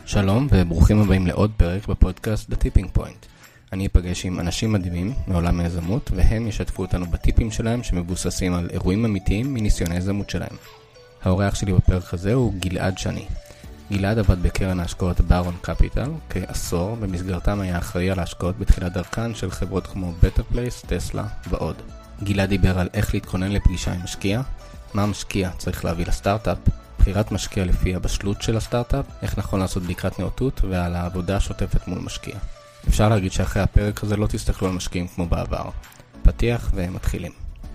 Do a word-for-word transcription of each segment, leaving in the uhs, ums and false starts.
שלום וברוכים הבאים לעוד פרק בפודקאסט The Tipping Point. אני אפגש עם אנשים מדהימים מעולם היזמות, והם ישתפו אותנו בטיפים שלהם שמבוססים על אירועים אמיתיים מניסיון היזמות שלהם. האורח שלי בפרק הזה הוא גלעד שני. גלעד עבד בקרן ההשקעות ברון קפיטל כעשור, במסגרתם היה אחראי על ההשקעות בתחילת דרכן של חברות כמו Better Place, טסלה ועוד. גלעד דיבר על איך להתכונן לפגישה עם משקיע, מה המשקיע צריך להביא לסטארט-אפ, בחירת משקיע לפי הבשלות של הסטארט-אפ, איך נכון לעשות בדיקת נאותות, ועל העבודה השוטפת מול משקיע. אפשר להגיד שאחרי הפרק הזה לא תסתכלו על משקיעים כמו בעבר. פתיח ומתחילים.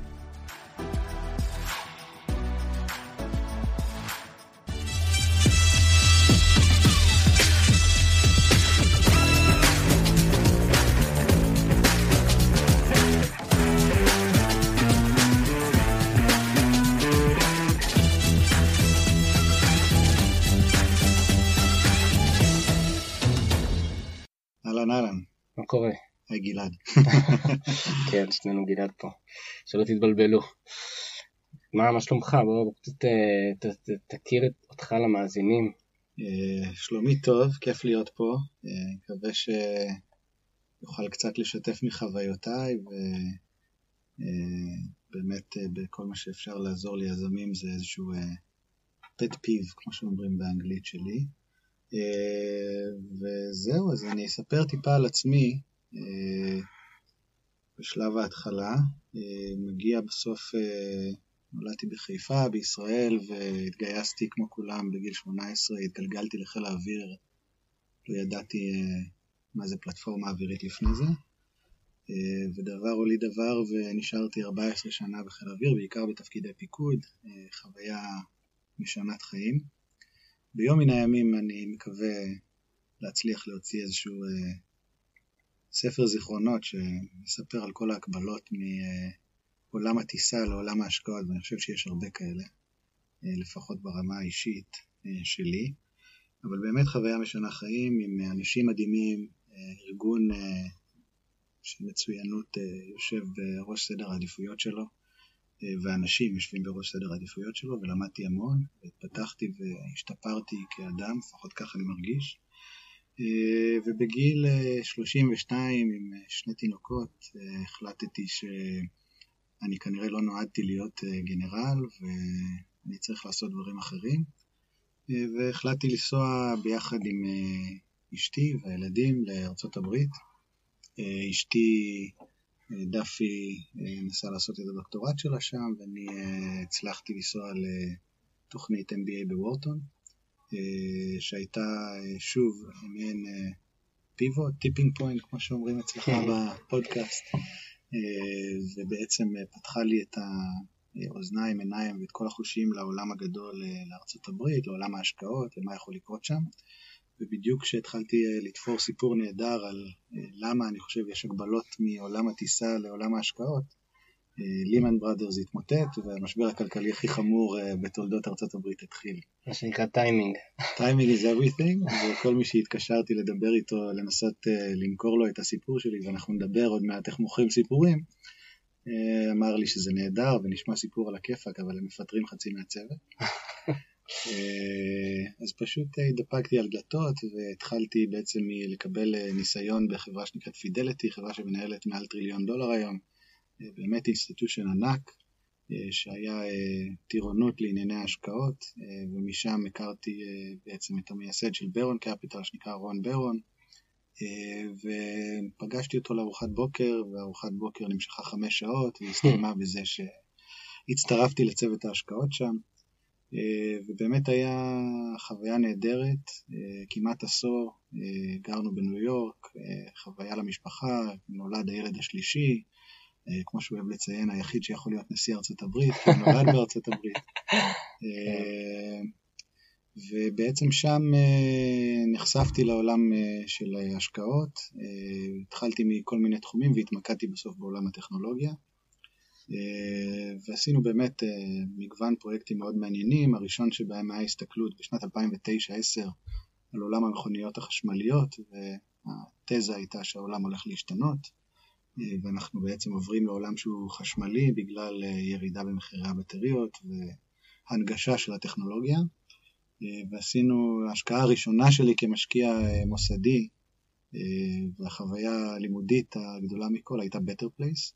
מה קורה? היי גלעד. כן, שנינו גלעד פה. שלא תתבלבלו. מה, מה שלומך? בוא קצת תכיר אותך למאזינים. שלומי טוב, כיף להיות פה. מקווה שיוכל קצת לשתף מחוויותיי, ובאמת בכל מה שאפשר לעזור ליזמים זה איזשהו pet peeve, כמו שאומרים באנגלית שלי. וזהו, אז אני אספר טיפה על עצמי. בשלב ההתחלה מגיע בסוף, נולדתי בחיפה בישראל והתגייסתי כמו כולם בגיל שמונה עשרה, התגלגלתי לחיל האוויר, לא ידעתי מה זה פלטפורמה אווירית לפני זה, ודבר הוליד דבר ונשארתי ארבע עשרה שנה בחיל האוויר, בעיקר בתפקידי פיקוד, חוויה משנת חיים. ביום מן הימים אני מקווה להצליח להוציא איזשהו אה, ספר זיכרונות שמספר על כל ההקבלות מעולם הטיסה לעולם ההשקעות, ואני חושב שיש הרבה כאלה, אה, לפחות ברמה האישית אה, שלי. אבל באמת חוויה משנה חיים עם אנשים מדהימים, אה, ארגון אה, של מצוינות אה, יושב בראש סדר העדיפויות שלו, ואנשים יושבים בראש סדר העדיפויות שלו, ולמדתי המון, והתפתחתי והשתפרתי כאדם, לפחות כך אני מרגיש. ובגיל שלושים ושתיים עם שני תינוקות, החלטתי שאני כנראה לא נועדתי להיות גנרל, ואני צריך לעשות דברים אחרים. והחלטתי לנסוע ביחד עם אשתי והילדים לארצות הברית. אשתי דפי נסה לעשות את הדוקטורט שלה שם, ואני הצלחתי לנסוע לתוכנית אם בי איי בוורטון, שהייתה שוב מעין פיבוט, טיפינג פוינט, כמו שאומרים אצלך בפודקאסט, ובעצם פתחה לי את האוזניים, עיניים ואת כל החושים לעולם הגדול, לארצות הברית, לעולם ההשקעות, למה יכול לקרות שם. ובדיוק כשהתחלתי לתפור סיפור נהדר על למה אני חושב יש הגבלות מעולם הטיסה לעולם ההשקעות, לימן בראדרס התמוטט, והמשבר הכלכלי הכי חמור בתולדות ארצות הברית התחיל. מה שנקרא טיימינג. טיימינג is everything, וכל מי שהתקשרתי לדבר איתו, לנסות למכור לו את הסיפור שלי, ואנחנו נדבר עוד מעט איך מוכרים סיפורים, אמר לי שזה נהדר ונשמע סיפור על הכיפק, אבל הם מפטרים חצי מהצוות. אז פשוט דפקתי על דלתות והתחלתי בעצם לקבל ניסיון בחברה שנקראת פידליטי, חברה שמנהלת מעל טריליון דולר היום, באמת אינסטיטושן ענק שהיה טירונות לענייני ההשקעות, ומשם הכרתי בעצם את המייסד של ברון קפיטל שנקרא רון ברון, ופגשתי אותו לארוחת בוקר, וארוחת בוקר נמשכה חמש שעות והסתיימה בזה שהצטרפתי לצוות ההשקעות שם, ובאמת היה חוויה נהדרת, כמעט עשור, גרנו בניו יורק, חוויה למשפחה, נולד הילד השלישי, כמו שהוא אוהב לציין, היחיד שיכול להיות נשיא ארצות הברית, כי הוא נולד בארצות הברית. ובעצם שם נחשפתי לעולם של השקעות, התחלתי מכל מיני תחומים והתמקדתי בסוף בעולם הטכנולוגיה, ועשינו באמת מגוון פרויקטים מאוד מעניינים. הראשון שבהם היה הסתכלות בשנת אלפיים ותשע עשר על עולם המכוניות החשמליות, והתזה הייתה שהעולם הולך להשתנות, ואנחנו בעצם עוברים לעולם שהוא חשמלי בגלל ירידה במחירי הבטריות והנגשה של הטכנולוגיה. ועשינו, ההשקעה הראשונה שלי כמשקיע מוסדי, והחוויה הלימודית הגדולה מכל הייתה Better Place.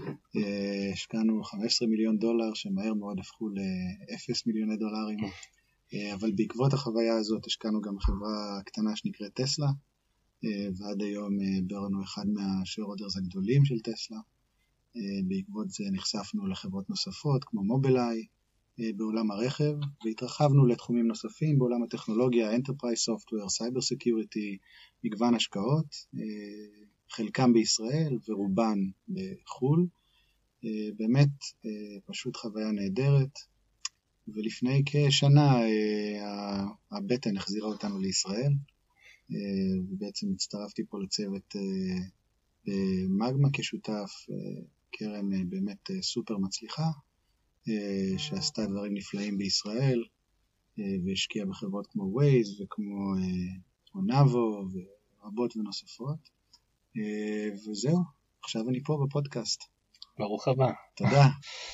השקענו חמישה עשר מיליון דולר שמהר מאוד הפכו ל-אפס מיליוני דולרים, אבל בעקבות החוויה הזאת השקענו גם חברה קטנה שנקראת טסלה, ועד היום ברנו אחד מהשיירהולדרס הגדולים של טסלה. בעקבות זה נחשפנו לחברות נוספות כמו מובילאיי בעולם הרכב, והתרחבנו לתחומים נוספים בעולם הטכנולוגיה, Enterprise Software, Cyber Security, מגוון השקעות, חלקם בישראל ורובן בחול. באמת פשוט חוויה נהדרת, ולפני כשנה הבטן החזירה אותנו לישראל, ובעצם הצטרפתי פה לצוות מגמה כשותף, קרן באמת סופר מצליחה, שעשתה דברים נפלאים בישראל, והשקיעה בחברות כמו ווייז וכמו נאבו ורבות ונוספות. וזהו, עכשיו אני פה בפודקאסט. ברוך הבא. תודה.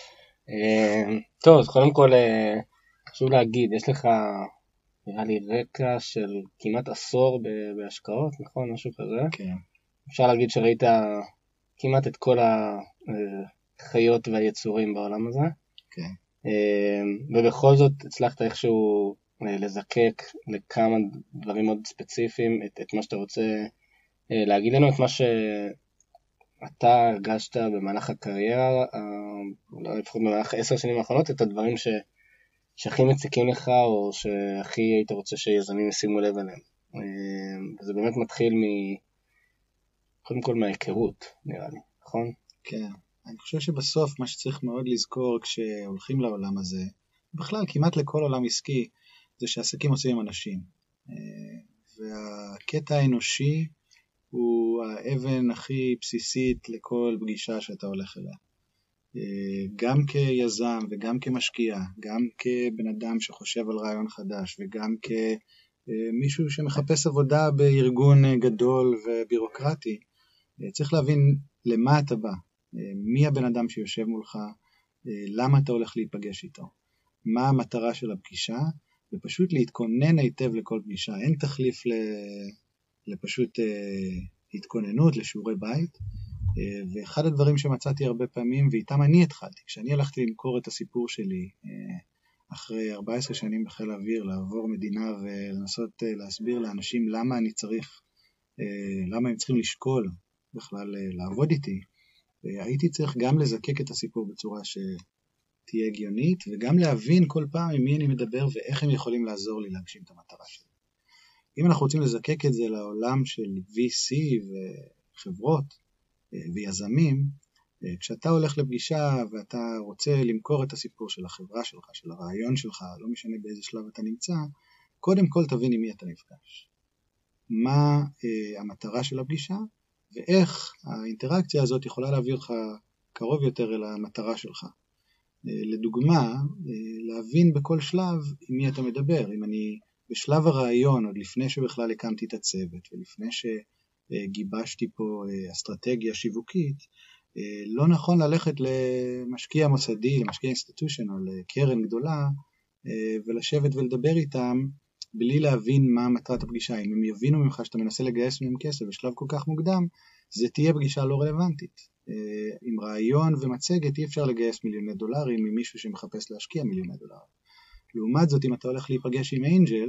טוב, אז קודם כל חשוב להגיד, יש לך נראה לי רקע של כמעט עשור בהשקעות, נכון? משהו כזה? כן. אפשר להגיד שראית כמעט את כל החיות והיצורים בעולם הזה. כן. ובכל זאת הצלחת איכשהו לזקק לכמה דברים מאוד ספציפיים, את, את מה שאתה רוצה להגיד לנו, את מה שאתה הרגשת במהלך הקריירה, לפחות במהלך עשר שנים האחרונות, את הדברים ש, שהכי מציקים לך, או שהכי היית רוצה שיזמים ישימו לב אליהם. וזה באמת מתחיל מ... קודם כל מההיכרות, נראה לי, נכון? כן. אני חושב שבסוף מה שצריך מאוד לזכור כשהולכים לעולם הזה, בכלל כמעט לכל עולם עסקי, זה שעסקים עושים עם אנשים. והקטע האנושי הוא האבן הכי בסיסית לכל פגישה שאתה הולך אליה. גם כיזם וגם כמשקיע, גם כבן אדם שחושב על רעיון חדש, וגם כמישהו שמחפש עבודה בארגון גדול ובירוקרטי, צריך להבין למה אתה בא. מי הבן אדם שיושב מולך, למה אתה הולך להיפגש איתו, מה המטרה של הפגישה, ופשוט להתכונן היטב לכל פגישה. אין תחליף לפשוט התכוננות, לשיעורי בית. ואחד הדברים שמצאתי הרבה פעמים, ואיתם אני התחלתי, כשאני הלכתי למכור את הסיפור שלי, אחרי ארבע עשרה שנים בחיל האוויר, לעבור מדינה ולנסות להסביר לאנשים למה אני צריך, למה הם צריכים לשקול בכלל לעבוד איתי, הייתי צריך גם לזקק את הסיפור בצורה שתהיה הגיונית, וגם להבין כל פעם עם מי אני מדבר ואיך הם יכולים לעזור לי להגשים את המטרה שלי. אם אנחנו רוצים לזקק את זה לעולם של וי סי וחברות ויזמים, כשאתה הולך לפגישה ואתה רוצה למכור את הסיפור של החברה שלך, של הרעיון שלך, לא משנה באיזה שלב אתה נמצא, קודם כל תבין עם מי אתה נפגש. מה המטרה של הפגישה, ואיך האינטראקציה הזאת יכולה להביא אותך קרוב יותר אל המטרה שלך. לדוגמה, להבין בכל שלב עם מי אתה מדבר. אם אני בשלב הרעיון, עוד לפני שבכלל הקמתי את הצוות, ולפני שגיבשתי פה אסטרטגיה שיווקית, לא נכון ללכת למשקיע מוסדי, למשקיע אינסטיטושיונל, לקרן גדולה, ולשבת ולדבר איתם, בלי להבין מה מטרת הפגישה. אם הם יבינו ממך שאתה מנסה לגייס מהם כסף בשלב כל כך מוקדם, זה תהיה פגישה לא רלוונטית. עם רעיון ומצגת אי אפשר לגייס מיליוני דולרים ממישהו שמחפש להשקיע מיליוני דולרים. לעומת זאת, אם אתה הולך להיפגש עם אנג'ל,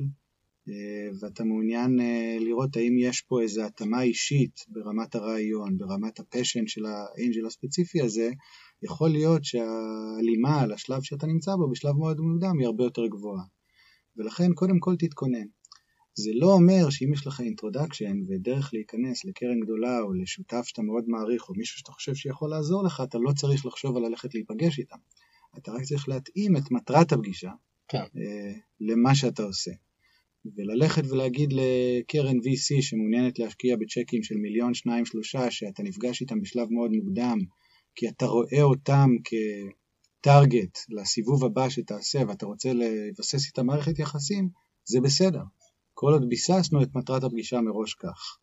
ואתה מעוניין לראות האם יש פה איזו התאמה אישית ברמת הרעיון, ברמת הפשן של האנג'ל הספציפי הזה, יכול להיות שהלימה על השלב שאתה נמצא בו בשלב מאוד מוקדם היא הרבה יותר גבוהה. ולכן קודם כל תתכונן. זה לא אומר שאם יש לך אינטרודקשן ודרך להיכנס לקרן גדולה או לשותף שאתה מאוד מעריך או מישהו שאתה חושב שיכול לעזור לך, אתה לא צריך לחשוב על ללכת להיפגש איתם. אתה רק צריך להתאים את מטרת הפגישה כן. למה שאתה עושה. וללכת ולהגיד לקרן וי סי שמעוניינת להשקיע בצ'קים של מיליון, שניים, שלושה, שאתה נפגש איתם בשלב מאוד מוקדם, כי אתה רואה אותם כטרגט לסיבוב הבא שתעשה, ואתה רוצה לבסס איתם מערכת יחסים, זה בסדר. כל עוד ביססנו את מטרת הפגישה מראש כך.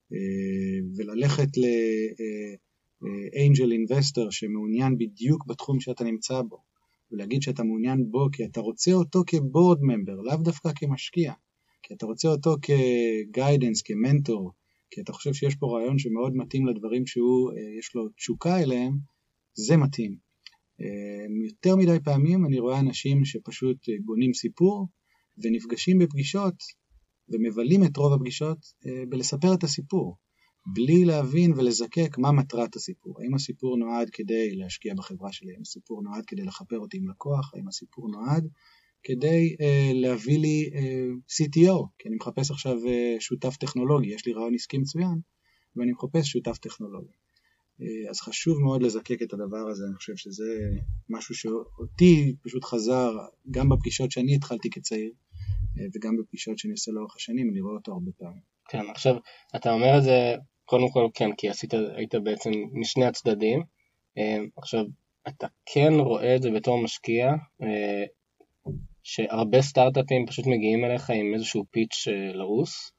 וללכת לאנג'ל אינבסטר שמעוניין בדיוק בתחום שאתה נמצא בו, ולהגיד שאתה מעוניין בו כי אתה רוצה אותו כבורד ממבר, לאו דווקא כמשקיע, כי אתה רוצה אותו כגיידנס, כמנטור, כי אתה חושב שיש פה רעיון שמאוד מתאים לדברים שהוא, יש לו תשוקה אליהם, זה מתאים. יותר מדי פעמים אני רואה אנשים שפשוט בונים סיפור, ונפגשים בפגישות, ומבלים את רוב הפגישות בלספר את הסיפור, בלי להבין ולזקק מה מטרת הסיפור. האם הסיפור נועד כדי להשקיע בחברה שלי, האם הסיפור נועד כדי לחבר אותי עם לקוח, האם הסיפור נועד כדי uh, להביא לי uh, סי טי או, כי אני מחפש עכשיו uh, שותף טכנולוגי, יש לי רעיון עסקי מצוין, ואני מחפש שותף טכנולוגי. Uh, אז חשוב מאוד לזקק את הדבר הזה, אני חושב שזה משהו שאותי פשוט חזר, גם בפגישות שאני התחלתי כצעיר, uh, וגם בפגישות שאני עושה לאורך השנים, אני רואה אותו הרבה פעמים. כן, עכשיו, אתה אומר את זה, קודם כל כן, כי עשית, היית בעצם משני הצדדים, uh, עכשיו, אתה כן רואה את זה בתור משקיע, uh, שהרבה סטארט-אפים פשוט מגיעים אליך עם איזשהו פיץ' לרוס,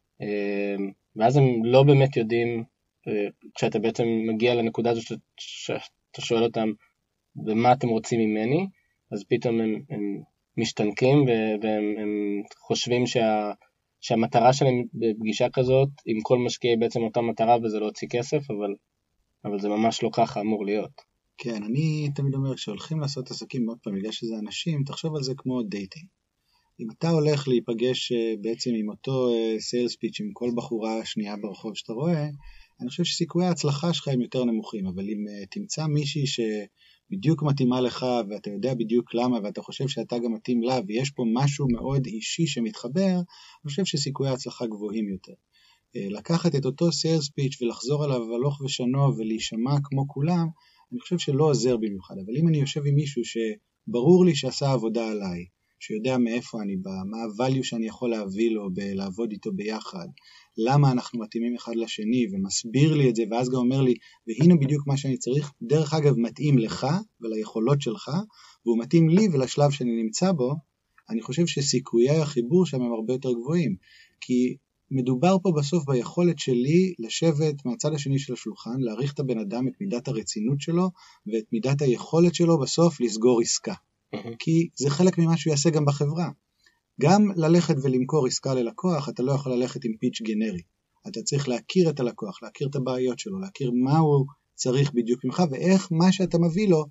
ואז הם לא באמת יודעים, כשאתה בעצם מגיע לנקודה הזאת שאתה שואל אותם, ומה אתם רוצים ממני, אז פתאום הם, הם משתנקים, והם הם חושבים שה, שהמטרה שלהם בפגישה כזאת, עם כל משקיע בעצם אותה מטרה, וזה לא הוציא כסף, אבל, אבל זה ממש לא ככה אמור להיות. כן, אני תמיד אומר, כשהולכים לעשות עסקים מאוד פעם, בגלל שזה אנשים, תחשוב על זה כמו דייטינג. אם אתה הולך להיפגש בעצם עם אותו סיילס פיץ' עם כל בחורה שנייה ברחוב שאתה רואה, אני חושב שסיכויי ההצלחה שלך הם יותר נמוכים, אבל אם תמצא מישהי שבדיוק מתאימה לך, ואתה יודע בדיוק למה, ואתה חושב שאתה גם מתאים לה, ויש פה משהו מאוד אישי שמתחבר, אני חושב שסיכויי ההצלחה גבוהים יותר. לקחת את אותו סיילס פיץ' ולחזור עליו הלוך ושנו ולהישמע כמו כולם, אני חושב שלא עוזר במיוחד, אבל אם אני יושב עם מישהו שברור לי שעשה עבודה עליי, שיודע מאיפה אני בא, מה הvalue שאני יכול להביא לו בלעבוד איתו ביחד, למה אנחנו מתאימים אחד לשני, ומסביר לי את זה, ואז גם אומר לי, והנה בדיוק מה שאני צריך, דרך אגב מתאים לך וליכולות שלך, והוא מתאים לי ולשלב שאני נמצא בו, אני חושב שסיכויי החיבור שם הם הרבה יותר גבוהים, כי מדובר פה בסוף ביכולת שלי לשבת מהצד השני של השולחן, להעריך את הבן אדם, את מידת הרצינות שלו, ואת מידת היכולת שלו בסוף לסגור עסקה. כי זה חלק ממה שהוא יעשה גם בחברה. גם ללכת ולמכור עסקה ללקוח, אתה לא יכול ללכת עם פיץ' גנרי. אתה צריך להכיר את הלקוח, להכיר את הבעיות שלו, להכיר מה הוא צריך בדיוק ממך, ואיך מה שאתה מביא לו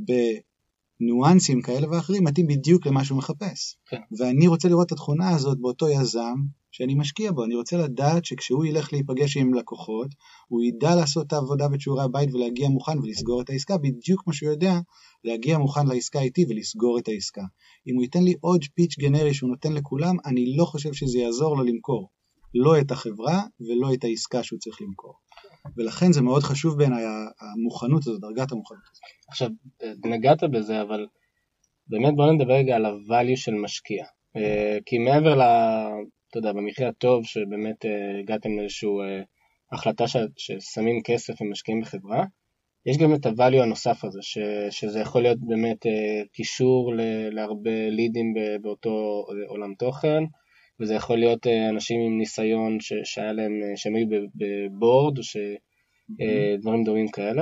בניואנסים כאלה ואחרים, מתאים בדיוק למה שהוא מחפש. ואני רוצה לראות את התכונה הזאת באותו יזם, שאני משקיע בו. אני רוצה לדעת שכשהוא ילך להיפגש עם לקוחות, הוא ידע לעשות את העבודה בשיעורי הבית ולהגיע מוכן ולסגור את העסקה, בדיוק כמו שהוא יודע להגיע מוכן לעסקה איתי ולסגור את העסקה. אם הוא ייתן לי עוד פיץ' גנרי שהוא נותן לכולם, אני לא חושב שזה יעזור לו למכור. לא את החברה ולא את העסקה שהוא צריך למכור. ולכן זה מאוד חשוב בעיניי המוכנות הזאת, דרגת המוכנות הזאת. עכשיו, נגעת בזה, אבל באמת בוא נדבר רגע על הvalue של משקיע. כי מעבר ל... אתה יודע, במקרה הטוב שבאמת uh, הגעתם לאיזושהי uh, החלטה ש, ששמים כסף ומשקיעים בחברה, יש גם את הvalue הנוסף הזה, ש, שזה יכול להיות באמת uh, קישור ל, להרבה לידים ב, באותו עולם תוכן, וזה יכול להיות uh, אנשים עם ניסיון ש, שהיה להם, שהם היו בבורד, או ש, uh, דברים דומים כאלה.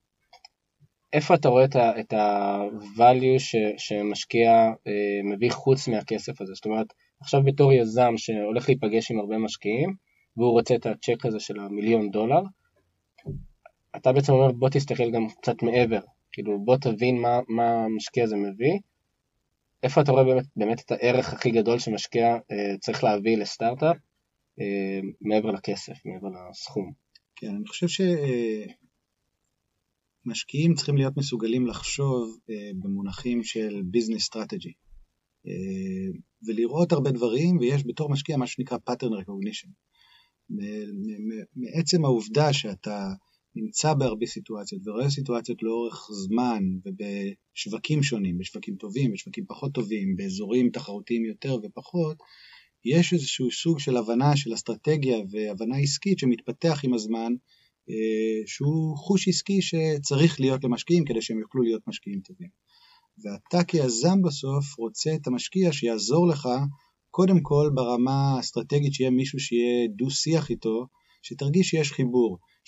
איפה אתה רואה את ה-value ש, שמשקיע uh, מביא חוץ מהכסף הזה? זאת אומרת, עכשיו בתור יזם שהולך להיפגש עם הרבה משקיעים, והוא רוצה את הצ'ק הזה של המיליון דולר, אתה בעצם אומר בוא תסתכל גם קצת מעבר, כאילו בוא תבין מה, מה המשקיע הזה מביא, איפה אתה רואה באמת, באמת את הערך הכי גדול שמשקיע אה, צריך להביא לסטארט-אפ, אה, מעבר לכסף, מעבר לסכום. כן, אני חושב שמשקיעים צריכים להיות מסוגלים לחשוב אה, במונחים של business strategy. ולראות הרבה דברים, ויש בתור משקיע מה שנקרא pattern recognition. מעצם העובדה שאתה נמצא בהרבה סיטואציות, ורואה סיטואציות לאורך זמן, ובשווקים שונים, בשווקים טובים, בשווקים פחות טובים, באזורים תחרותיים יותר ופחות, יש איזשהו סוג של הבנה של אסטרטגיה והבנה עסקית שמתפתח עם הזמן, שהוא חוש עסקי שצריך להיות למשקיעים כדי שהם יוכלו להיות משקיעים טובים. ואתה כיזם בסוף רוצה את המשקיע שיעזור לך, קודם כל ברמה האסטרטגית שיהיה מישהו שיהיה דו שיח איתו, שתרגיש שיש חיבור,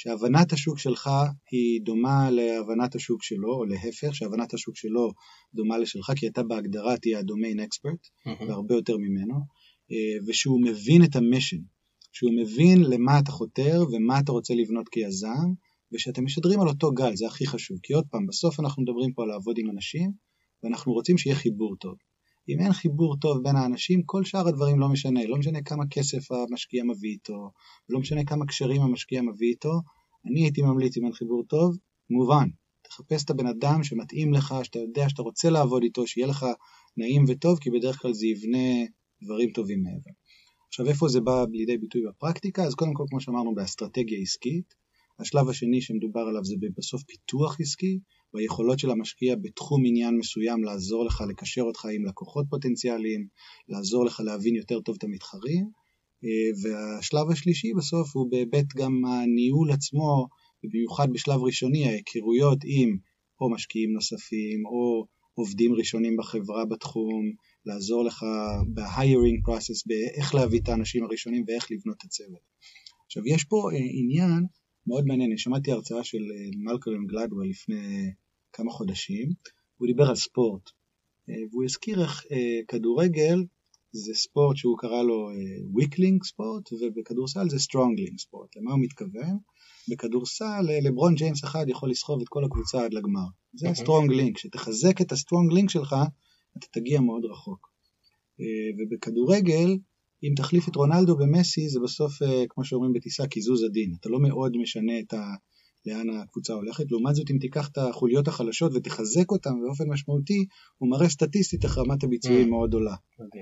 שהבנת השוק שלך היא דומה להבנת השוק שלו, או להפך, שהבנת השוק שלו דומה לשלך, כי אתה בהגדרה תהיה הדומיין אקספרט, mm-hmm. והרבה יותר ממנו, ושהוא מבין את המשן, שהוא מבין למה אתה חותר, ומה אתה רוצה לבנות כיזם, ושאתם משדרים על אותו גל, זה הכי חשוב, כי עוד פעם, בסוף אנחנו מדברים פה על לעבוד עם אנשים, ואנחנו רוצים שיהיה חיבור טוב. אם אין חיבור טוב בין האנשים, כל שאר הדברים לא משנה, לא משנה כמה כסף המשקיע מביא איתו, לא משנה כמה קשרים המשקיע מביא איתו, אני הייתי ממליץ אם אין חיבור טוב, מובן, תחפש את הבן אדם שמתאים לך, שאתה יודע שאתה רוצה לעבוד איתו, שיהיה לך נעים וטוב, כי בדרך כלל זה יבנה דברים טובים מעבר. עכשיו איפה זה בא לידי ביטוי בפרקטיקה? אז קודם כל כמו שאמרנו באסטרטגיה עסקית, השלב השני שמדובר עליו זה בסוף פיתוח עסקי, והיכולות של המשקיע בתחום עניין מסוים לעזור לך, לקשר אותך עם לקוחות פוטנציאליים, לעזור לך להבין יותר טוב את המתחרים, והשלב השלישי בסוף הוא בהיבט גם הניהול עצמו, במיוחד בשלב ראשוני, ההיכרויות עם או משקיעים נוספים, או עובדים ראשונים בחברה בתחום, לעזור לך ב-hiring process, באיך להביא את האנשים הראשונים ואיך לבנות את הצוות. עכשיו יש פה עניין מאוד מעניין, אני שמעתי הרצאה של מלקולם גלדוול לפני כמה חודשים, הוא דיבר על ספורט, והוא הזכיר איך כדורגל זה ספורט שהוא קרא לו weakling ספורט, ובכדורסל זה strongling ספורט. למה הוא מתכוון? בכדורסל לברון ג'יימס אחד יכול לסחוב את כל הקבוצה עד לגמר. זה strongling, שתחזק את ה-strongling שלך, אתה תגיע מאוד רחוק. ובכדורגל, אם תחליף את רונלדו במסי, זה בסוף, כמו שאומרים בטיסה, קיזוז הדין. אתה לא מאוד משנה את ה... לאן הקבוצה הולכת. לעומת זאת, אם תיקח את החוליות החלשות ותחזק אותן באופן משמעותי, הוא מראה סטטיסטית איך רמת הביצועים מאוד עולה.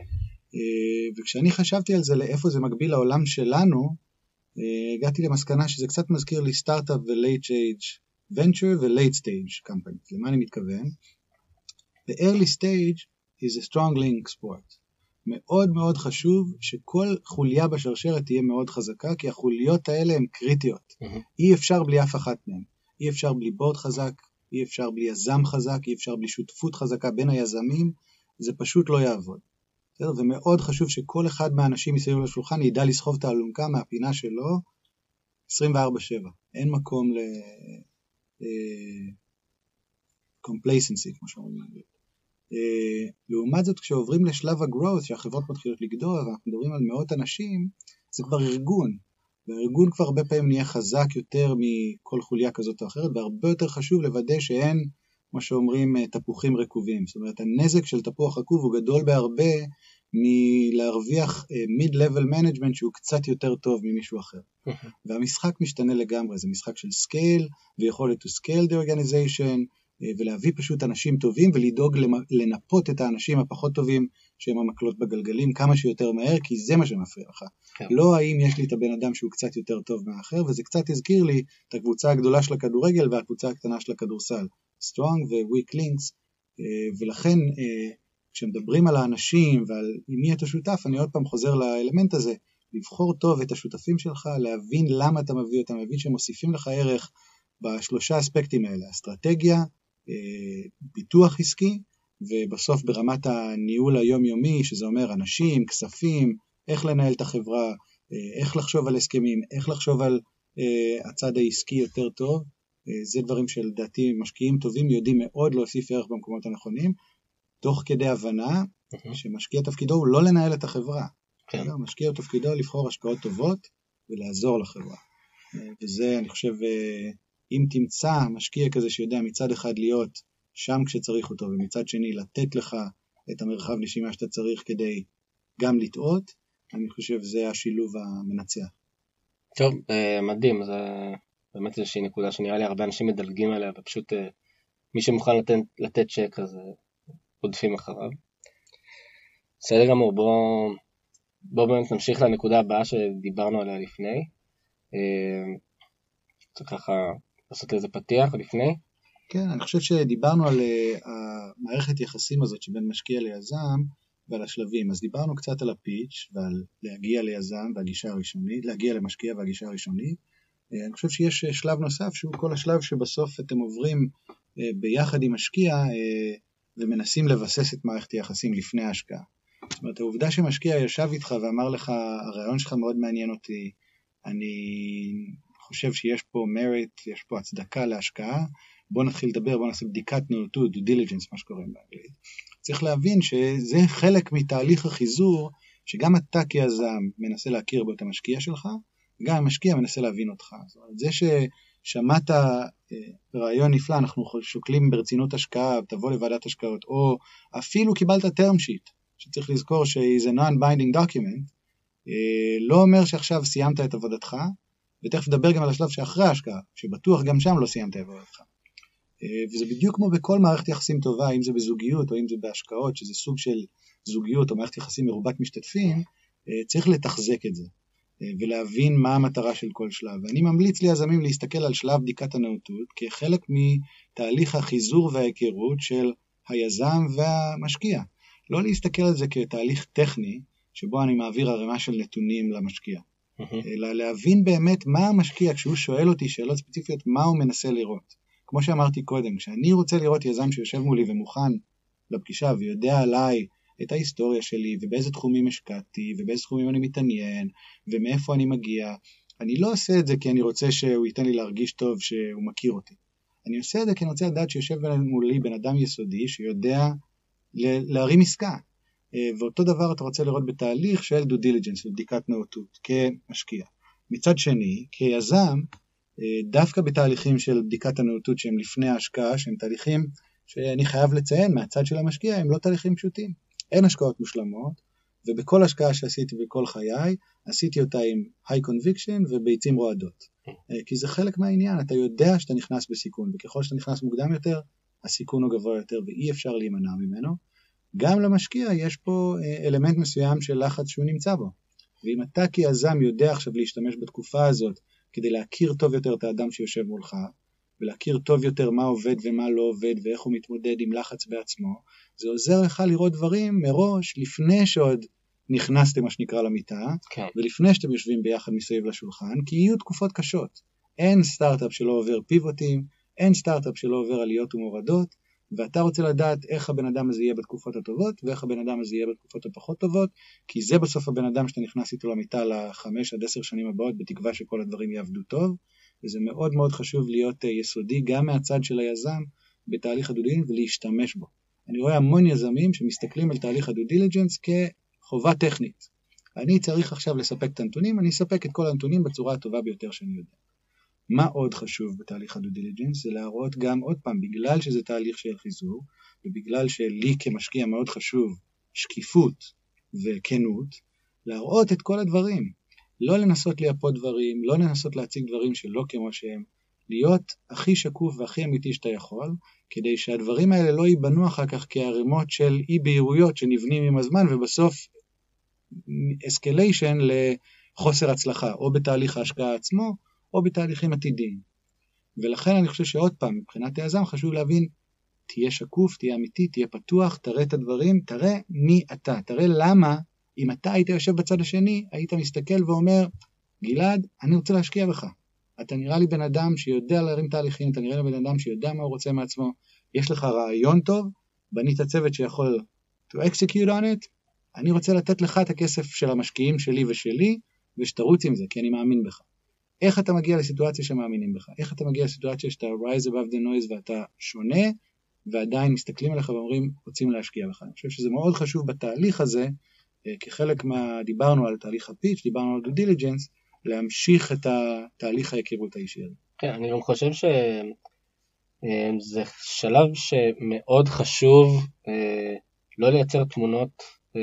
וכשאני חשבתי על זה, לאיפה זה מקביל לעולם שלנו, הגעתי למסקנה שזה קצת מזכיר לי סטארט-אפ ו-late stage venture ו-late stage company. למה אני מתכוון? The early stage is a strong link sport. מאוד מאוד חשוב שכל חוליה בשרשרת תהיה מאוד חזקה, כי החוליות האלה הן קריטיות. Mm-hmm. אי אפשר בלי אף אחת מהן. אי אפשר בלי בורד חזק, אי אפשר בלי יזם חזק, אי אפשר בלי שותפות חזקה בין היזמים, זה פשוט לא יעבוד. בסדר? ומאוד חשוב שכל אחד מהאנשים מסביב לשולחן ידע לסחוב את האלונקה מהפינה שלו עשרים וארבע שבע. אין מקום ל... complacency, כמו שאומרים. Uh, לעומת זאת כשעוברים לשלב הגרואות שהחברות מתחילות לגדול ואנחנו מדברים על מאות אנשים, זה כבר ארגון, והארגון כבר הרבה פעמים נהיה חזק יותר מכל חוליה כזאת או אחרת, והרבה יותר חשוב לוודא שאין, כמו שאומרים, תפוחים רקובים. זאת אומרת, הנזק של תפוח רקוב הוא גדול בהרבה מלהרוויח mid-level management שהוא קצת יותר טוב ממישהו אחר. והמשחק משתנה לגמרי, זה משחק של scale ויכולת to scale the organization, ולהביא פשוט אנשים טובים ולדאוג לנפות את האנשים הפחות טובים שהם המקלות בגלגלים כמה שיותר מהר, כי זה מה שמפריע לך. כן. לא האם יש לי את הבן אדם שהוא קצת יותר טוב מהאחר, וזה קצת הזכיר לי את הקבוצה הגדולה של הכדורגל והקבוצה הקטנה של הכדורסל, strong ו-weak links, ולכן כשמדברים על האנשים ועל מי אתה שותף, אני עוד פעם חוזר לאלמנט הזה, לבחור טוב את השותפים שלך, להבין למה אתה מביא אותם, להבין שהם מוסיפים לך ערך בשלושה אספקטים האלה, אסטרטגיה, פיתוח עסקי, ובסוף ברמת הניהול היומיומי, שזה אומר אנשים, כספים, איך לנהל את החברה, איך לחשוב על הסכמים, איך לחשוב על הצד העסקי יותר טוב, זה דברים שלדעתי משקיעים טובים יודעים מאוד להוסיף ערך במקומות הנכונים, תוך כדי הבנה שמשקיע תפקידו הוא לא לנהל את החברה, משקיע תפקידו לבחור השקעות טובות ולעזור לחברה, וזה אני חושב אם תמצא משקיע כזה שיודע מצד אחד להיות שם כשצריך אותו, ומצד שני לתת לך את המרחב נשימה שאתה צריך כדי גם לטעות, אני חושב זה השילוב המנצח. טוב, מדהים, זה באמת איזושהי נקודה שנראה לי הרבה אנשים מדלגים עליה, ופשוט מי שמוכן לתת, לתת צ'ק אז עודפים אחריו. בסדר גמור, בוא, בוא באמת נמשיך לנקודה הבאה שדיברנו עליה לפני. צריך ככה לעשות איזה פתיח לפני. כן, אני חושב שדיברנו על המערכת יחסים הזאת שבין משקיע ליזם ועל השלבים. אז דיברנו קצת על הפיץ' ועל להגיע ליזם והגישה הראשונית, להגיע למשקיע והגישה הראשונית. אני חושב שיש שלב נוסף שהוא כל השלב שבסוף אתם עוברים ביחד עם משקיע ומנסים לבסס את מערכת היחסים לפני ההשקעה. זאת אומרת, העובדה שמשקיע ישב איתך ואמר לך, הרעיון שלך מאוד מעניין אותי, אני חושב שיש פה merit, יש פה הצדקה להשקעה, בוא נתחיל לדבר, בוא נעשה בדיקת נאותות, due diligence, מה שקוראים באנגלית. צריך להבין שזה חלק מתהליך החיזור, שגם אתה כיזם מנסה להכיר בו את המשקיע שלך, גם המשקיע מנסה להבין אותך. זאת אומרת, זה ששמעת רעיון נפלא, אנחנו שוקלים ברצינות השקעה, תבוא לוועדת השקעות, או אפילו קיבלת term sheet, שצריך לזכור ש-is a non-binding document, לא אומר שעכשיו סיימת את עבודתך, ותכף נדבר גם על השלב שאחרי ההשקעה, שבטוח גם שם לא סיימת את עבודתך. וזה בדיוק כמו בכל מערכת יחסים טובה, אם זה בזוגיות או אם זה בהשקעות, שזה סוג של זוגיות או מערכת יחסים מרובת משתתפים, צריך לתחזק את זה, ולהבין מה המטרה של כל שלב. ואני ממליץ ליזמים להסתכל על שלב בדיקת הנאותות, כחלק מתהליך החיזור וההיכרות של היזם והמשקיע. לא להסתכל על זה כתהליך טכני, שבו אני מעביר הרמה של נתונים למשקיע. אלא להבין באמת מה המשקיע, כשהוא שואל אותי שאלות ספציפיות, מה הוא מנסה לראות. כמו שאמרתי קודם, כשאני רוצה לראות יזם שיושב מולי ומוכן לפגישה, ויודע עליי את ההיסטוריה שלי, ובאיזה תחומים השקעתי, ובאיזה תחומים אני מתעניין, ומאיפה אני מגיע, אני לא עושה את זה כי אני רוצה שהוא ייתן לי להרגיש טוב שהוא מכיר אותי. אני עושה את זה כי אני רוצה לדעת שיושב מולי בן אדם יסודי, שיודע להרים עסקה. ואותו דבר אתה רוצה לראות בתהליך של due diligence, בדיקת נאותות, כמשקיע. מצד שני, כיזם, דווקא בתהליכים של בדיקת הנאותות שהם לפני ההשקעה, שהם תהליכים שאני חייב לציין מהצד של המשקיע, הם לא תהליכים פשוטים. אין השקעות מושלמות, ובכל השקעה שעשיתי בכל חיי, עשיתי אותה עם high conviction וביצים רועדות. כי זה חלק מהעניין, אתה יודע שאתה נכנס בסיכון, וככל שאתה נכנס מוקדם יותר, הסיכון הוא גבוה יותר, ואי אפשר להימנע ממנו. גם למשקיע יש פה אלמנט מסוים של לחץ שהוא נמצא בו. ואם אתה כיזם יודע עכשיו להשתמש בתקופה הזאת, כדי להכיר טוב יותר את האדם שיושב מולך, ולהכיר טוב יותר מה עובד ומה לא עובד, ואיך הוא מתמודד עם לחץ בעצמו, זה עוזר לך לראות דברים מראש, לפני שעוד נכנסתם מה שנקרא למיטה, כן. ולפני שאתם יושבים ביחד מסביב לשולחן, כי יהיו תקופות קשות. אין סטארט-אפ שלא עובר פיבוטים, אין סטארט-אפ שלא עובר עליות ומורדות, ואתה רוצה לדעת איך הבן אדם הזה יהיה בתקופות הטובות, ואיך הבן אדם הזה יהיה בתקופות הפחות טובות, כי זה בסוף הבן אדם שאתה נכנס איתו למיטה לחמש עד עשר שנים הבאות, בתקווה שכל הדברים יעבדו טוב, וזה מאוד מאוד חשוב להיות יסודי, גם מהצד של היזם, בתהליך הדודין, ולהשתמש בו. אני רואה המון יזמים שמסתכלים על תהליך הדו דיליג'נס כחובה טכנית. אני צריך עכשיו לספק את הנתונים, אני אספק את כל הנתונים בצורה הטובה ביותר שאני יודע. מה עוד חשוב בתהליך הדו דיליג'נס? זה להראות גם עוד פעם, בגלל שזה תהליך של חיזור, ובגלל שלי כמשקיע מאוד חשוב שקיפות וכנות, להראות את כל הדברים. לא לנסות לייפות דברים, לא לנסות להציג דברים שלא כמו שהם, להיות הכי שקוף והכי אמיתי שאתה יכול, כדי שהדברים האלה לא ייבנו אחר כך כערימות של אי בהירויות שנבנים עם הזמן, ובסוף אסקליישן לחוסר הצלחה, או בתהליך ההשקעה עצמו, או בתהליכים עתידיים. ולכן אני חושב שעוד פעם, מבחינת היזם חשוב להבין, תהיה שקוף, תהיה אמיתי, תהיה פתוח, תראה את הדברים, תראה מי אתה, תראה למה, אם אתה היית יושב בצד השני, היית מסתכל ואומר, גלעד, אני רוצה להשקיע בך. אתה נראה לי בן אדם שיודע להרים תהליכים, אתה נראה לי בן אדם שיודע מה הוא רוצה מעצמו, יש לך רעיון טוב, בנית צוות שיכול to execute on it, אני רוצה לתת לך את הכסף של המשקיעים שלי ושלי, ושתרוץ עם זה, כי אני מאמין בך. איך אתה מגיע לסיטואציה שמאמינים בך? איך אתה מגיע לסיטואציה שאתה rise above the noise ואתה שונה, ועדיין מסתכלים עליך ואומרים, רוצים להשקיע בך. אני חושב שזה מאוד חשוב בתהליך הזה, כחלק מה, דיברנו על תהליך הפיץ', דיברנו על due diligence, להמשיך את התהליך ההיכרות האישי הזה. כן, אני גם חושב שזה שלב שמאוד חשוב לא לייצר תמונות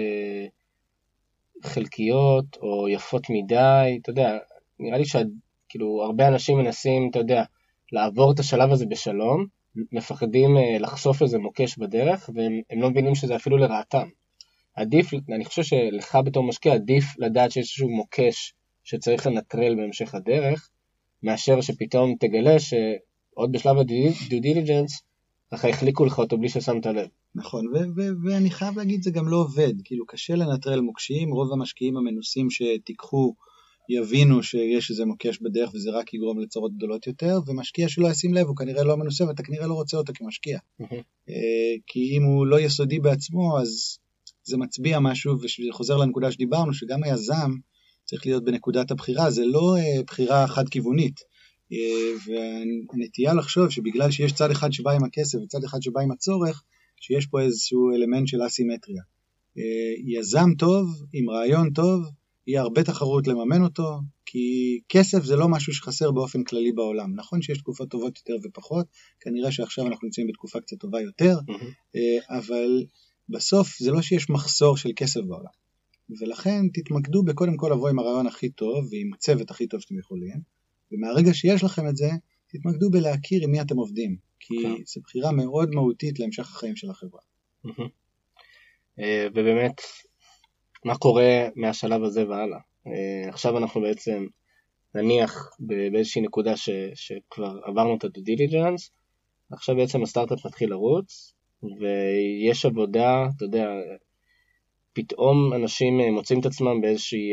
חלקיות או יפות מדי, אתה יודע, נראה לי שכאילו הרבה אנשים מנסים, אתה יודע, לעבור את השלב הזה בשלום, מפחדים לחשוף איזה מוקש בדרך, והם לא מבינים שזה אפילו לרעתם. עדיף, אני חושב שלך בתור משקיע, עדיף לדעת שיש איזשהו מוקש שצריך לנטרל בהמשך הדרך, מאשר שפתאום תגלה שעוד בשלב ה-due diligence, ככה החליקו לך אותו בלי ששמת לב. נכון, ו- ו- ואני חייב להגיד, זה גם לא עובד, כאילו קשה לנטרל מוקשים, רוב המשקיעים המנוסים שתיקחו, יבינו שיש איזה מוקש בדרך, וזה רק יגרום לצרות גדולות יותר, ומשקיע שלא ישים לב, הוא כנראה לא מנוסה, ואתה כנראה לא רוצה אותו כמשקיע. כי אם הוא לא יסודי בעצמו, אז זה מצביע משהו, וחוזר לנקודה שדיברנו, שגם היזם צריך להיות בנקודת הבחירה, זה לא בחירה חד כיוונית. והנטייה לחשוב שבגלל שיש צד אחד שבא עם הכסף וצד אחד שבא עם הצורך, שיש פה איזשהו אלמנט של אסימטריה. יזם טוב עם רעיון טוב, יהיה הרבה תחרות לממן אותו, כי כסף זה לא משהו שחסר באופן כללי בעולם. נכון שיש תקופות טובות יותר ופחות, כנראה שעכשיו אנחנו נמצאים בתקופה קצת טובה יותר, אבל בסוף זה לא שיש מחסור של כסף בעולם. ולכן תתמקדו בקודם כל לבוא עם הרעיון הכי טוב, ועם הצוות הכי טוב שאתם יכולים, ומהרגע שיש לכם את זה, תתמקדו בלהכיר עם מי אתם עובדים, כי זו בחירה מאוד מהותית להמשך החיים של החברה. ובאמת, מה קורה מהשלב הזה והלאה? עכשיו אנחנו בעצם נניח באיזושהי נקודה ש, שכבר עברנו את ה-due diligence, עכשיו בעצם הסטארט-אפ מתחיל לרוץ, ויש עבודה, אתה יודע, פתאום אנשים מוצאים את עצמם באיזושהי,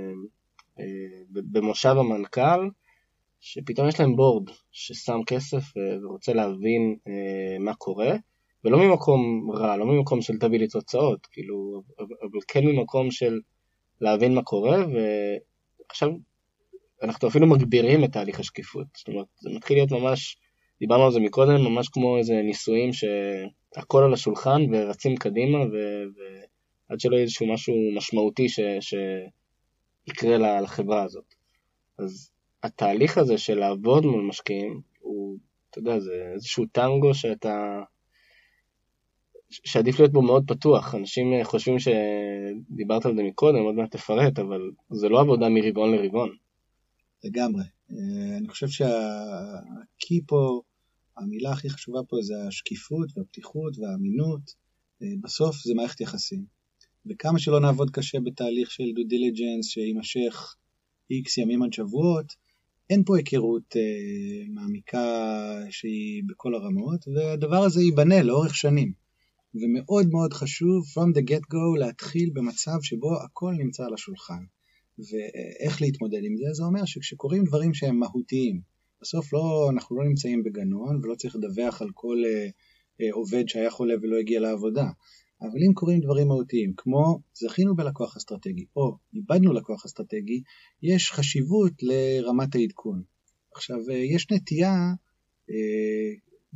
במושב המנכ"ל, שפתאום יש להם בורד ששם כסף ורוצה להבין מה קורה, ולא ממקום רע, לא ממקום של תביא לי תוצאות, כאילו, אבל כן ממקום של להבין מה קורה, ועכשיו אנחנו אפילו מגבירים את תהליך השקיפות. זאת אומרת, זה מתחיל להיות ממש, דיברנו על זה מקודם, ממש כמו איזה ניסויים שהכל על השולחן ורצים קדימה, ועד שלא יהיה איזשהו משהו משמעותי ש... שיקרה לחברה הזאת. אז התהליך הזה של לעבוד מול משקיעים, הוא, אתה יודע, זה איזשהו טנגו שאתה... שעדיף להיות בו מאוד פתוח. אנשים חושבים שדיברת על זה מקודם, עוד מעט תפרט, אבל זה לא עבודה מרבעון לרבעון. לגמרי. אני חושב שהקי פה, המילה הכי חשובה פה זה השקיפות והפתיחות והאמינות. בסוף זה מערכת יחסים. וכמה שלא נעבוד קשה בתהליך של due diligence שימשך X ימים עד שבועות, אין פה היכרות מעמיקה שהיא בכל הרמות, והדבר הזה ייבנה לאורך שנים. ומאוד מאוד חשוב from the get go להתחיל במצב שבו הכל נמצא על השולחן. ואיך להתמודד עם זה? זה אומר שכשקוראים דברים שהם מהותיים, בסוף לא, אנחנו לא נמצאים בגנון ולא צריך לדווח על כל אה, אה, עובד שהיה חולה ולא הגיע לעבודה. אבל אם קוראים דברים מהותיים, כמו זכינו בלקוח אסטרטגי או איבדנו לקוח אסטרטגי, יש חשיבות לרמת העדכון. עכשיו, אה, יש נטייה אה,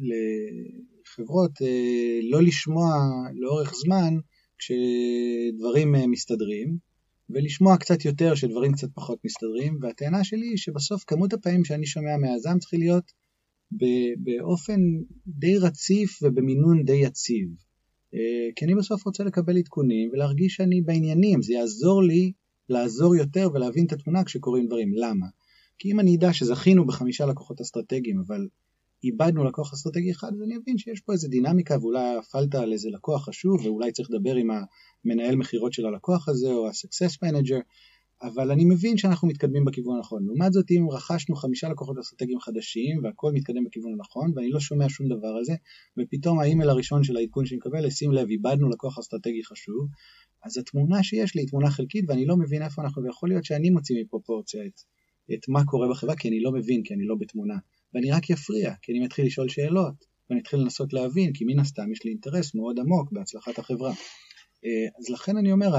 לחברות אה, לא לשמוע לאורך זמן כשדברים אה, מסתדרים, ולשמוע קצת יותר שדברים קצת פחות מסתדרים, והטענה שלי היא שבסוף כמות הפעמים שאני שומע מהיזם צריך להיות באופן די רציף ובמינון די יציב. כי אני בסוף רוצה לקבל עדכונים ולהרגיש שאני בעניינים, זה יעזור לי לעזור יותר ולהבין את התמונה כשקוראים דברים. למה? כי אם אני אדע שזכינו בחמישה לקוחות אסטרטגיים, אבל איבדנו לקוח אסטרטגי אחד, אז אני אבין שיש פה איזו דינמיקה, ואולי הפלת על איזה לקוח חשוב, ואולי צריך לדבר עם המנהל מחירות של הלקוח הזה, או ה-success manager, אבל אני מבין שאנחנו מתקדמים בכיוון הנכון. לעומת זאת, אם רכשנו חמישה לקוחות אסטרטגיים חדשים, והכל מתקדם בכיוון הנכון, ואני לא שומע שום דבר על זה, ופתאום האימייל הראשון של העדכון שאני מקבל, לשים לב, איבדנו לקוח אסטרטגי חשוב, אז התמונה שיש לי היא תמונה חלקית, ואני לא מבין איפה אנחנו, ויכול להיות שאני מוציא מפרופורציה את, את מה קורה בחברה, כי אני לא מבין, כי אני לא בתמונה. ואני רק יפריע, כי אני מתחיל לשאול שאלות, ואני מתחיל לנסות להבין, כי מן הסתם יש לי אינטרס מאוד עמוק בהצלחת החברה. אז לכן אני אומר,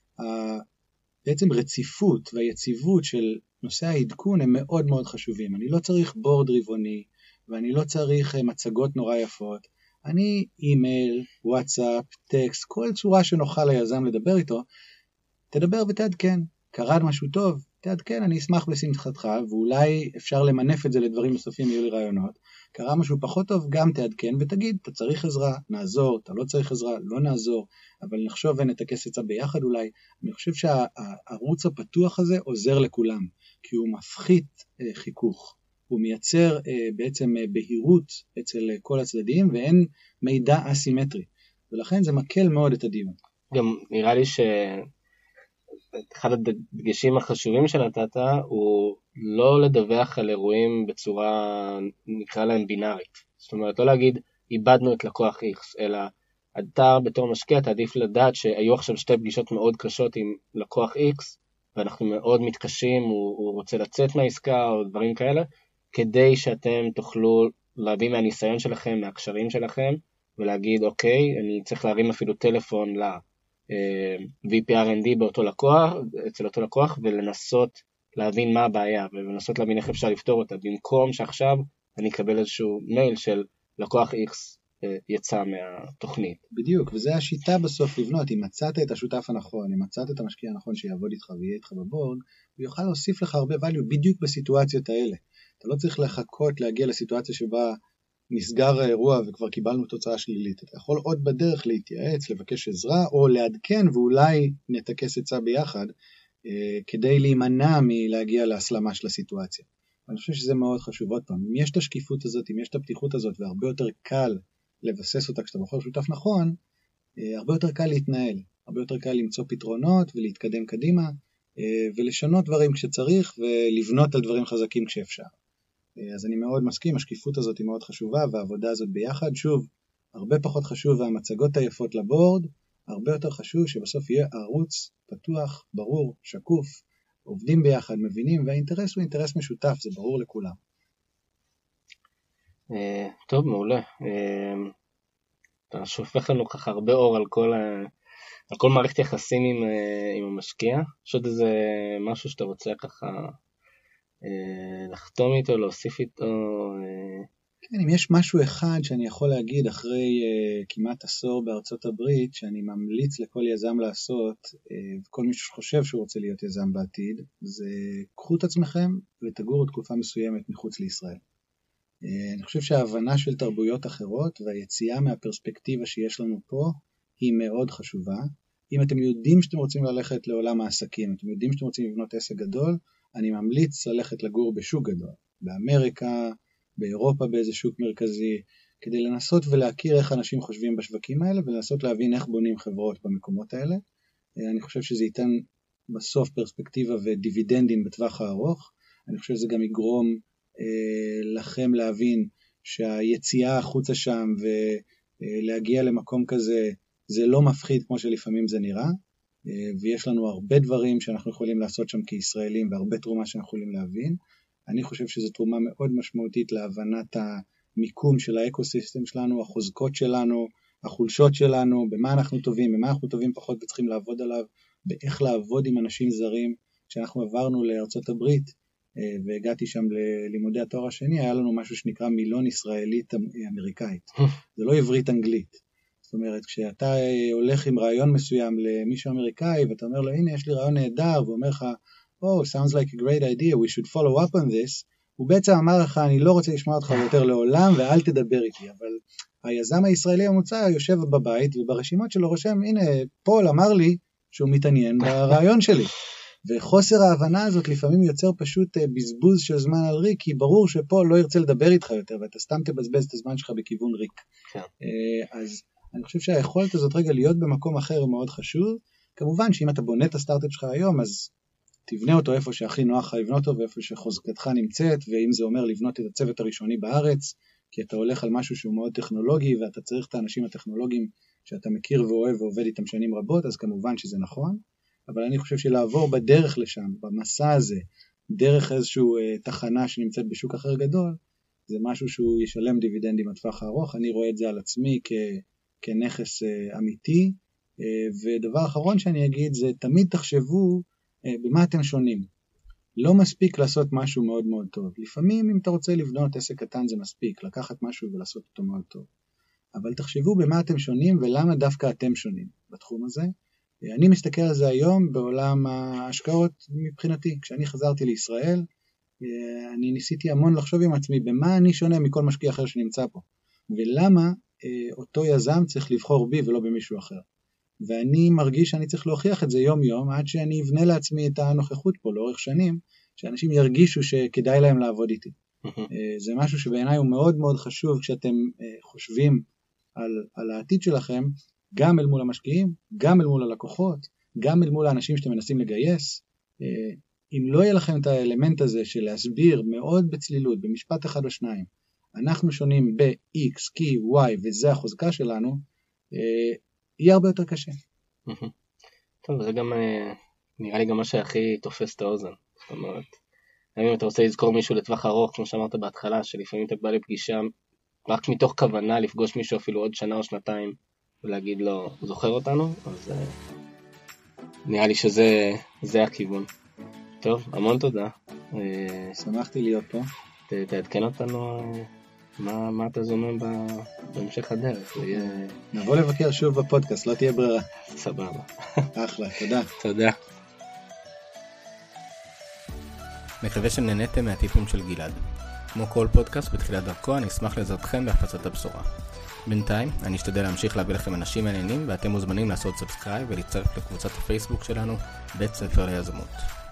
בעצם רציפות והיציבות של נושא העדכון הם מאוד מאוד חשובים. אני לא צריך בורד רבעוני, ואני לא צריך מצגות נורא יפות. אני אימייל, וואטסאפ, טקסט, כל צורה שנוכל ליזם לדבר איתו, תדבר ותעדכן. קרה משהו טוב, תעדכן, אני אשמח בשמחתך, ואולי אפשר למנף את זה לדברים נוספים, יהיו לי רעיונות. קרה משהו פחות טוב, גם תעדכן ותגיד, אתה צריך עזרה, נעזור, אתה לא צריך עזרה, לא נעזור, אבל נחשוב ונטכס עצה ביחד אולי. אני חושב שהערוץ הפתוח הזה עוזר לכולם, כי הוא מפחית חיכוך, הוא מייצר בעצם בהירות אצל כל הצדדים, ואין מידע אסימטרי, ולכן זה מקל מאוד את הדיון. גם נראה לי ש... אחד הדגשים החשובים שנתת הוא לא לדווח על אירועים בצורה, נקרא להם בינארית. זאת אומרת, לא להגיד, איבדנו את לקוח X, אלא אתה בתור משקיע תעדיף לדעת שהיו עכשיו שתי פגישות מאוד קשות עם לקוח X, ואנחנו מאוד מתקשים, הוא, הוא רוצה לצאת מהעסקה או דברים כאלה, כדי שאתם תוכלו להביא מהניסיון שלכם, מהקשרים שלכם, ולהגיד, אוקיי, אני צריך להרים אפילו טלפון ל... וי פי אר אנד די באותו לקוח, אצל אותו לקוח, ולנסות להבין מה הבעיה, ולנסות להבין איך אפשר לפתור אותה, במקום שעכשיו אני אקבל איזשהו מייל של לקוח X יצא מהתוכנית. בדיוק, וזה השיטה בסוף לבנות. אם מצאת את השותף הנכון, אם מצאת את המשקיע הנכון שיעבוד איתך ויהיה איתך בבורד, הוא יוכל להוסיף לך הרבה value בדיוק בסיטואציות האלה. אתה לא צריך לחכות להגיע לסיטואציה שבה נסגר האירוע וכבר קיבלנו תוצאה שלילית. אתה יכול עוד בדרך להתייעץ, לבקש עזרה, או לעדכן ואולי נתקס עצה ביחד, אה, כדי להימנע מלהגיע להסלמה של הסיטואציה. אני חושב שזה מאוד חשוב. עוד פעם, אם יש את השקיפות הזאת, אם יש את הפתיחות הזאת, והרבה יותר קל לבסס אותה כשאתה בוחר שותף נכון, אה, הרבה יותר קל להתנהל, הרבה יותר קל למצוא פתרונות ולהתקדם קדימה, אה, ולשנות דברים כשצריך, ולבנות על דברים חזקים כשאפשר. אז אני מאוד מסכים, השקיפות הזאת היא מאוד חשובה, והעבודה הזאת ביחד, שוב, הרבה פחות חשוב, והמצגות היפות לבורד, הרבה יותר חשוב שבסוף יהיה ערוץ פתוח, ברור, שקוף, עובדים ביחד, מבינים, והאינטרס הוא אינטרס משותף, זה ברור לכולם. טוב, מעולה. אתה שופך לנו ככה הרבה אור על כל, על כל מערכת יחסים עם, עם המשקיע. יש עוד איזה משהו שאתה רוצה ככה לחתום איתו, להוסיף איתו? כן, אם יש משהו אחד שאני יכול להגיד אחרי uh, כמעט עשור בארצות הברית, שאני ממליץ לכל יזם לעשות, uh, וכל מישהו שחושב שהוא רוצה להיות יזם בעתיד, זה קחו את עצמכם ותגורו תקופה מסוימת מחוץ לישראל. Uh, אני חושב שההבנה של תרבויות אחרות והיציאה מהפרספקטיבה שיש לנו פה היא מאוד חשובה. אם אתם יודעים שאתם רוצים ללכת לעולם העסקים, אתם יודעים שאתם רוצים לבנות עסק גדול, אני ממליץ ללכת לגור בשוק גדול, באמריקה, באירופה באיזה שוק מרכזי, כדי לנסות ולהכיר איך אנשים חושבים בשווקים האלה, ולנסות להבין איך בונים חברות במקומות האלה. אני חושב שזה ייתן בסוף פרספקטיבה ודיבידנדים בטווח הארוך. אני חושב שזה גם יגרום אה, לכם להבין שהיציאה החוצה שם ולהגיע למקום כזה, זה לא מפחיד כמו שלפעמים זה נראה, ויש לנו הרבה דברים שאנחנו יכולים לעשות שם כישראלים, והרבה תרומה שאנחנו יכולים להבין. אני חושב שזו תרומה מאוד משמעותית להבנת המיקום של האקוסיסטם שלנו, החוזקות שלנו, החולשות שלנו, במה אנחנו טובים, במה אנחנו טובים פחות וצריכים לעבוד עליו, באיך לעבוד עם אנשים זרים. כשאנחנו עברנו לארצות הברית, והגעתי שם ללימודי התואר השני, היה לנו משהו שנקרא מילון ישראלית אמריקאית. זה לא עברית אנגלית. זאת אומרת, כשאתה הולך עם רעיון מסוים למישהו אמריקאי, ואתה אומר לו, הנה, יש לי רעיון נהדר, והוא אומר לך, oh, sounds like a great idea, we should follow up on this, הוא בעצם אמר לך, אני לא רוצה לשמוע אותך יותר לעולם, ואל תדבר איתי, אבל היזם הישראלי המוצא יושב בבית, וברשימות שלו רושם, הנה, פול אמר לי, שהוא מתעניין ברעיון שלי, וחוסר ההבנה הזאת לפעמים יוצר פשוט בזבוז של זמן על ריק, כי ברור שפול לא ירצה לדבר איתך יותר, ואתה סתם תבזבז את הזמן שלך בכיוון ריק. אז אני חושב שהיכולת הזאת רגע להיות במקום אחר הוא מאוד חשוב. כמובן שאם אתה בונה את הסטארט-אפ שלך היום, אז תבנה אותו איפה שהכי נוח לך לבנות אותו, ואיפה שחוזקתך נמצאת, ואם זה אומר לבנות את הצוות הראשוני בארץ, כי אתה הולך על משהו שהוא מאוד טכנולוגי, ואתה צריך את האנשים הטכנולוגיים שאתה מכיר ואוהב ועובד איתם שנים רבות, אז כמובן שזה נכון. אבל אני חושב שלעבור בדרך לשם, במסע הזה, דרך איזשהו אה, תחנה שנמצאת בשוק אחר גדול, זה משהו שהוא ישלם דיבידנדים לטווח הארוך. אני רואה את זה על עצמי כ... כנכס uh, אמיתי, uh, ודבר אחרון שאני אגיד זה תמיד תחשבו uh, במה אתם שונים. לא מספיק לעשות משהו מאוד מאוד טוב. לפעמים אם אתה רוצה לבנות עסק קטן זה מספיק, לקחת משהו ולעשות אותו מאוד טוב. אבל תחשבו במה אתם שונים ולמה דווקא אתם שונים בתחום הזה. Uh, אני מסתכל על זה היום בעולם ההשקעות מבחינתי. כשאני חזרתי לישראל, uh, אני ניסיתי המון לחשוב עם עצמי במה אני שונה מכל משקיע אחר שנמצא פה. ולמה אותו יזם צריך לבחור בי ולא במישהו אחר. ואני מרגיש שאני צריך להוכיח את זה יום יום, עד שאני אבנה לעצמי את הנוכחות פה לאורך שנים, שאנשים ירגישו שכדאי להם לעבוד איתי. זה משהו שבעיניי הוא מאוד מאוד חשוב, כשאתם חושבים על, על העתיד שלכם, גם אל מול המשקיעים, גם אל מול הלקוחות, גם אל מול האנשים שאתם מנסים לגייס. אם לא יהיה לכם את האלמנט הזה של להסביר מאוד בצלילות, במשפט אחד או שניים, אנחנו שונים ב-X, K, Y, וזה החוזקה שלנו, יהיה הרבה יותר קשה. טוב, זה גם, נראה לי גם מה שהכי תופס את האוזן. זאת אומרת, אם אתה רוצה לזכור מישהו לטווח ארוך, כמו שאמרת בהתחלה, שלפעמים אתה בא לפגישה, רק מתוך כוונה לפגוש מישהו אפילו עוד שנה או שנתיים, ולהגיד לו, זוכר אותנו? אז נראה לי שזה הכיוון. טוב, המון תודה. שמחתי להיות פה. תעדכן אותנו מה, מה אתה זומם בהמשך הדרך. נבוא לבקר שוב בפודקאסט, לא תהיה ברירה. סבבה. אחלה, תודה. תודה. מקווה שנהניתם מהטיפים של גלעד. כמו כל פודקאסט בתחילת דרכו, אני אשמח לעזרתכם בהפצת הבשורה. בינתיים, אני אשתדל להמשיך להביא לכם אנשים מעניינים, ואתם מוזמנים לעשות סאבסקרייב ולהצטרף לקבוצת הפייסבוק שלנו, בית ספר ליזמות.